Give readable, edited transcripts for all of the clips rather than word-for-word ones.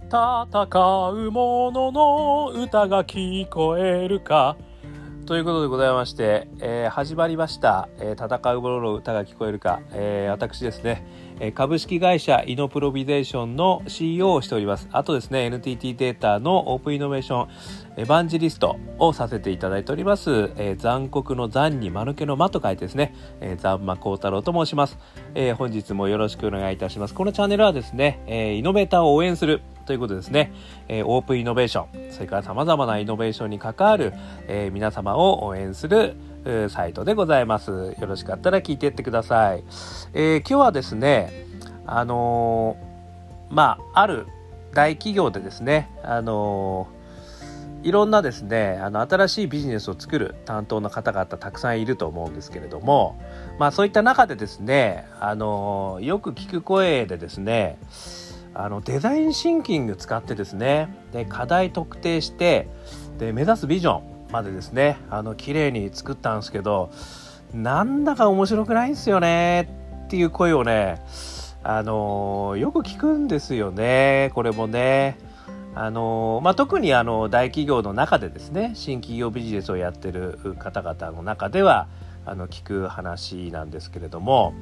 戦う者の歌が聞こえるかということでございまして、始まりました、戦う者の歌が聞こえるか、私ですね、株式会社イノプロビゼーションの CEO をしております。あとですね NTT データのオープンイノベーションエヴァンジリストをさせていただいております、残酷の残に間抜けの間と書いてですね、残間幸太郎と申します。本日もよろしくお願いいたします。このチャンネルはですね、イノベーターを応援するということですね、オープンイノベーション、それから様々なイノベーションに関わる、皆様を応援するサイトでございます。よろしかったら聞いていってください。今日はですね、ある大企業でですね、いろんなですね、新しいビジネスを作る担当の方々たくさんいると思うんですけれども、そういった中でですね、よく聞く声でですね、デザインシンキング使ってですね、で課題特定してで目指すビジョンまでですね、綺麗に作ったんですけど、なんだか面白くないんですよねっていう声をね、よく聞くんですよね。これもね、特に大企業の中でですね、新企業ビジネスをやってる方々の中では聞く話なんですけれども、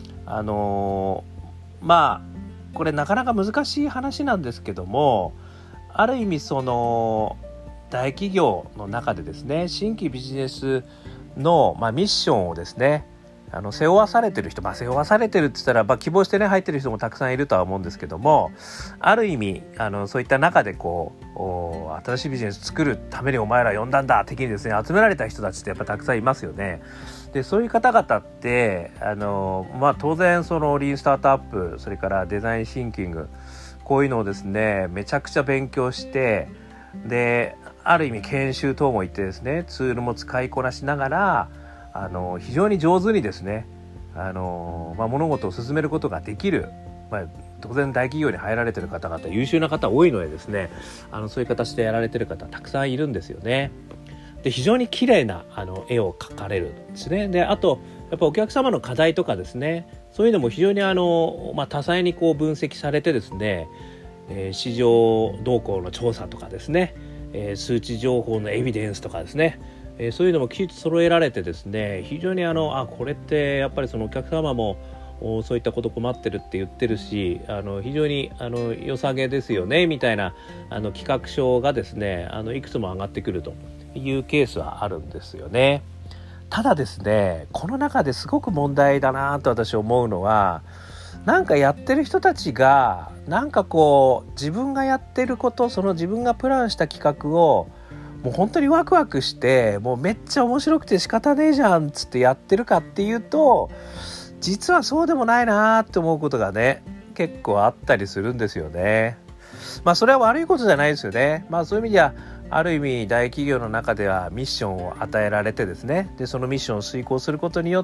これなかなか難しい話なんですけども、ある意味その大企業の中でですね、新規ビジネスの、ミッションをですね、背負わされてる人、背負わされてるって言ったら、希望してね入ってる人もたくさんいるとは思うんですけども、ある意味そういった中で新しいビジネス作るためにお前ら呼んだんだ的にですね、集められた人たちってやっぱたくさんいますよね。でそういう方々って当然そのリーンスタートアップ、それからデザインシンキング、こういうのをですねめちゃくちゃ勉強して、である意味研修等も行ってですね、ツールも使いこなしながら非常に上手にですね物事を進めることができる、当然大企業に入られてる方々優秀な方多いのでですね、そういう形でやられてる方たくさんいるんですよね。で非常に綺麗な絵を描かれるんですね。であとやっぱお客様の課題とかですね、そういうのも非常に多彩に分析されてですね、市場動向の調査とかですね、数値情報のエビデンスとかですね、そういうのもきちっと揃えられてですね、非常にこれってやっぱりそのお客様もそういったこと困ってるって言ってるし、非常に良さげですよねみたいな企画書がですねいくつも上がってくるというケースはあるんですよね。ただですね、この中ですごく問題だなと私思うのは、なんかやってる人たちが自分がやってること、その自分がプランした企画をもう本当にワクワクして、もうめっちゃ面白くて仕方ねえじゃんっつってやってるかっていうと、実はそうでもないなって思うことがね結構あったりするんですよね。それは悪いことじゃないですよね。そういう意味ではある意味大企業の中ではミッションを与えられてですね、でそのミッションを遂行することによって、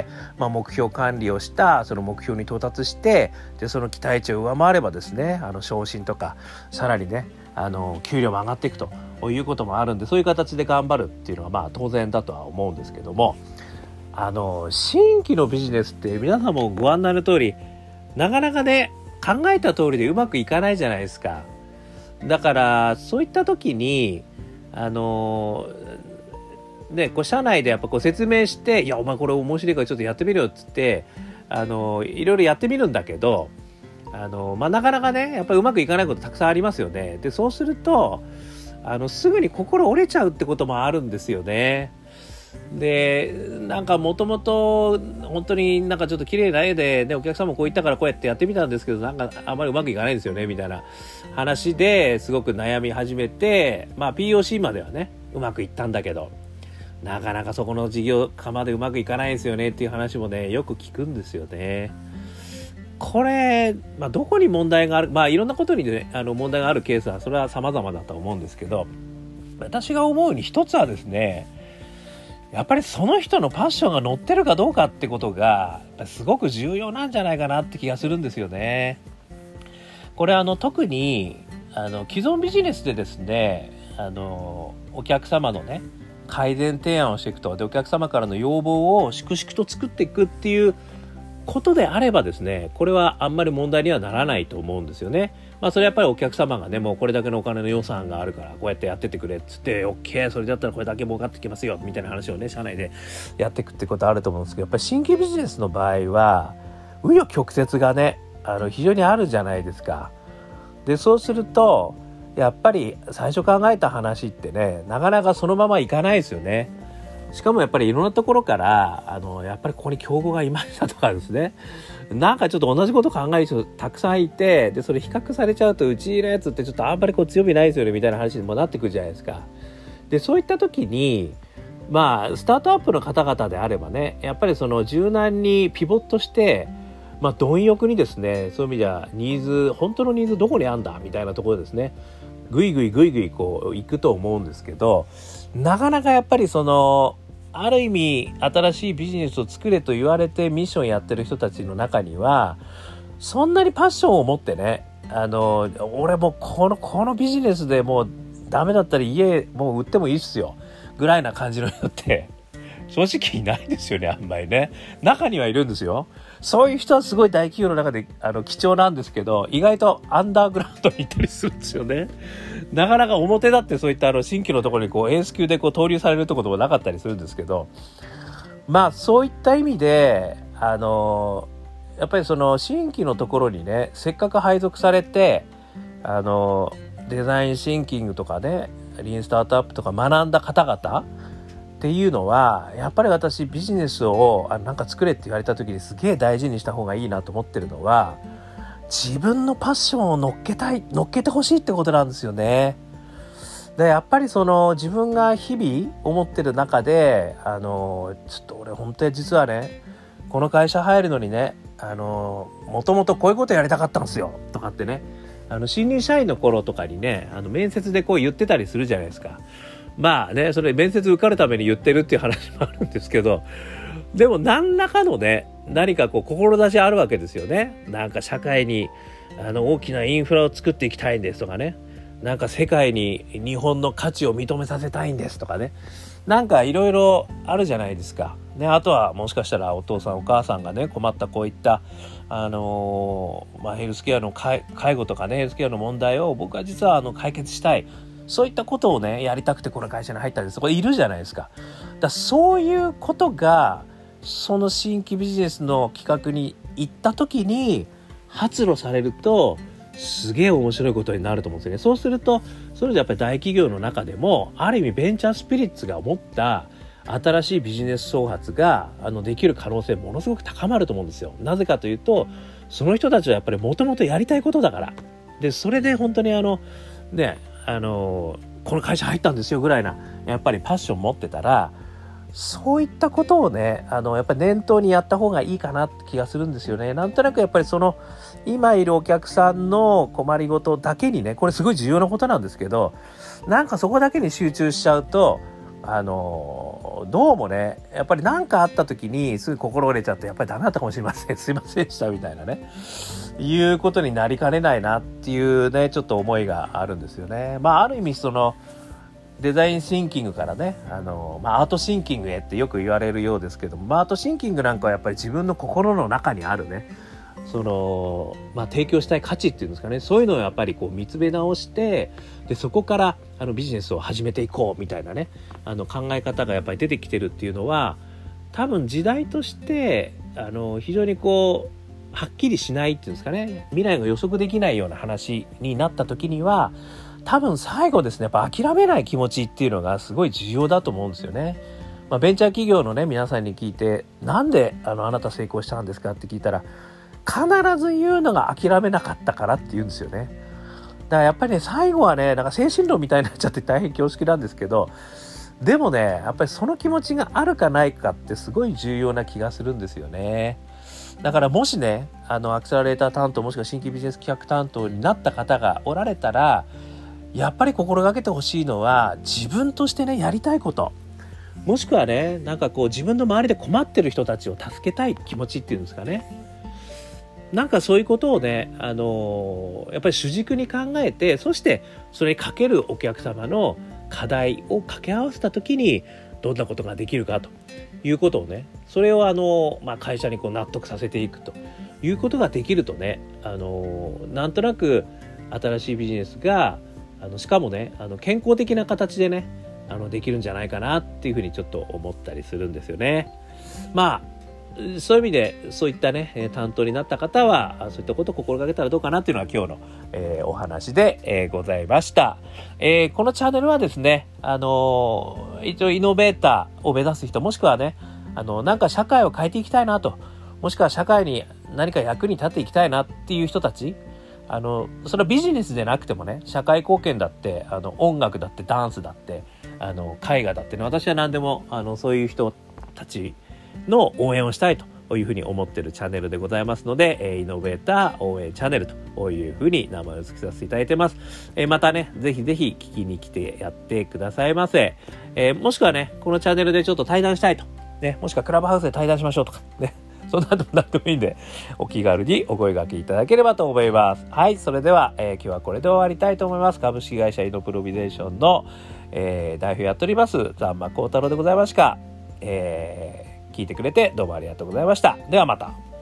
目標管理をした、その目標に到達して、でその期待値を上回ればですね昇進とかさらにね給料も上がっていくということもあるんで、そういう形で頑張るっていうのは当然だとは思うんですけども、新規のビジネスって皆さんもご案内の通りなかなかね考えた通りでうまくいかないじゃないですか。だからそういった時に社内でやっぱ説明して、いやお前これ面白いからちょっとやってみるよっつっていろいろやってみるんだけど、なかなかねやっぱりうまくいかないことたくさんありますよね。でそうするとすぐに心折れちゃうってこともあるんですよね。でもともと本当にちょっと綺麗な絵で、お客さんもこう言ったからこうやってやってみたんですけど、あまりうまくいかないんですよねみたいな話ですごく悩み始めて、POC まではねうまくいったんだけど、なかなかそこの事業化までうまくいかないんですよねっていう話もねよく聞くんですよね。これ、どこに問題がある、いろんなことにね問題があるケースはそれは様々だと思うんですけど、私が思うに一つはですね、やっぱりその人のパッションが乗ってるかどうかってことがすごく重要なんじゃないかなって気がするんですよね。これ特に既存ビジネスでですねお客様のね改善提案をしていくと、でお客様からの要望を粛々と作っていくっていうことであればですね、これはあんまり問題にはならないと思うんですよね。それやっぱりお客様がね、もうこれだけのお金の予算があるからこうやってやってってくれっつって OK、 それだったらこれだけ儲かってきますよみたいな話をね、社内でやっていくってことあると思うんですけど、やっぱり新規ビジネスの場合は紆余曲折がね、非常にあるじゃないですか。でそうするとやっぱり最初考えた話ってね、なかなかそのままいかないですよね。しかもやっぱりいろんなところからやっぱりここに競合がいましたとかですね、なんかちょっと同じこと考える人たくさんいて、でそれ比較されちゃうとうちのやつってちょっとあんまりこう強みないですよねみたいな話にもなってくるじゃないですか。でそういった時にスタートアップの方々であればね、やっぱりその柔軟にピボットして貪欲にですね、そういう意味じゃ本当のニーズどこにあんだみたいなところですね、ぐいぐいこう行くと思うんですけど、なかなかやっぱりそのある意味新しいビジネスを作れと言われてミッションやってる人たちの中にはそんなにパッションを持ってね、俺もうこのビジネスでもうダメだったら家もう売ってもいいっすよぐらいな感じの人って正直いないですよね、あんまりね。中にはいるんですよ。そういう人はすごい大企業の中で貴重なんですけど、意外とアンダーグラウンドに行ったりするんですよね。なかなか表だってそういった新規のところにこうエース級でこう投入されるところもなかったりするんですけど、そういった意味でやっぱりその新規のところにね、せっかく配属されてデザインシンキングとかね、リーンスタートアップとか学んだ方々っていうのは、やっぱり私ビジネスをなんか作れって言われた時にすげえ大事にした方がいいなと思ってるのは、自分のパッションを乗っけてほしいってことなんですよね。でやっぱりその自分が日々思ってる中でちょっと俺本当に実はね、この会社入るのにね、もともとこういうことやりたかったんですよとかってね、新入社員の頃とかにね、面接でこう言ってたりするじゃないですか。それ面接受かるために言ってるっていう話もあるんですけど、でも何らかのね、何かこう志あるわけですよね。なんか社会に大きなインフラを作っていきたいんですとかね、なんか世界に日本の価値を認めさせたいんですとかね、なんかいろいろあるじゃないですかね。あとはもしかしたらお父さんお母さんがね、困ったこういったヘルスケアの介護とかね、ヘルスケアの問題を僕は実は解決したい、そういったことをねやりたくてこの会社に入ったんです。これいるじゃないですか。そういうことがその新規ビジネスの企画に行った時に発露されるとすげえ面白いことになると思うんですよね。そうするとそれでやっぱり大企業の中でもある意味ベンチャースピリッツが持った新しいビジネス創発ができる可能性ものすごく高まると思うんですよ。なぜかというと、その人たちはやっぱりもともとやりたいことだから。でそれで本当にこの会社入ったんですよぐらいなやっぱりパッション持ってたら、そういったことをねやっぱり念頭にやった方がいいかなって気がするんですよね。なんとなくやっぱりその今いるお客さんの困りごとだけにね、これすごい重要なことなんですけど、なんかそこだけに集中しちゃうとどうもね、やっぱり何かあった時にすぐ心折れちゃって、やっぱりダメだったかもしれません、すいませんでしたみたいなね、いうことになりかねないなっていうね、ちょっと思いがあるんですよね。ある意味そのデザインシンキングからねアートシンキングへってよく言われるようですけども、アートシンキングなんかはやっぱり自分の心の中にあるね、その提供したい価値っていうんですかね、そういうのをやっぱりこう見つめ直して、でそこからビジネスを始めていこうみたいなね考え方がやっぱり出てきてるっていうのは、多分時代として非常にこうはっきりしないっていうんですかね、未来が予測できないような話になった時には、多分最後ですね、やっぱ諦めない気持ちっていうのがすごい重要だと思うんですよね。ベンチャー企業のね皆さんに聞いて、なんであなた成功したんですかって聞いたら、必ず言うのが諦めなかったからって言うんですよね。だからやっぱりね、最後はね、なんか精神論みたいになっちゃって大変恐縮なんですけど、でもね、やっぱりその気持ちがあるかないかってすごい重要な気がするんですよね。だからもしね、アクセラレーター担当もしくは新規ビジネス企画担当になった方がおられたら、やっぱり心がけてほしいのは、自分としてねやりたいこと、もしくはね、なんかこう自分の周りで困ってる人たちを助けたい気持ちっていうんですかね、なんかそういうことをね、やっぱり主軸に考えて、そしてそれにかけるお客様の課題を掛け合わせた時にどんなことができるかということをね、 それを会社にこう納得させていくということができるとね、なんとなく新しいビジネスがしかもね健康的な形でねできるんじゃないかなっていうふうにちょっと思ったりするんですよね。そういう意味でそういったね担当になった方はそういったことを心がけたらどうかなっていうのが今日の、お話で、ございました。このチャンネルはですね一応イノベーターを目指す人、もしくはねなんか社会を変えていきたいなと、もしくは社会に何か役に立っていきたいなっていう人たち、それはビジネスでなくてもね、社会貢献だって音楽だってダンスだって絵画だってね、私は何でもそういう人たちの応援をしたいというふうに思っているチャンネルでございますので、イノベーター応援チャンネルというふうに名前を付けさせていただいてます。またねぜひぜひ聞きに来てやってくださいませ。もしくはねこのチャンネルでちょっと対談したいとね、もしくはクラブハウスで対談しましょうとかね、そんなの何でもいいんでお気軽にお声掛けいただければと思います。はい、それでは、今日はこれで終わりたいと思います。株式会社イノプロビゼーションの、代表やっております残間幸太郎でございました。聞いてくれてどうもありがとうございました。ではまた。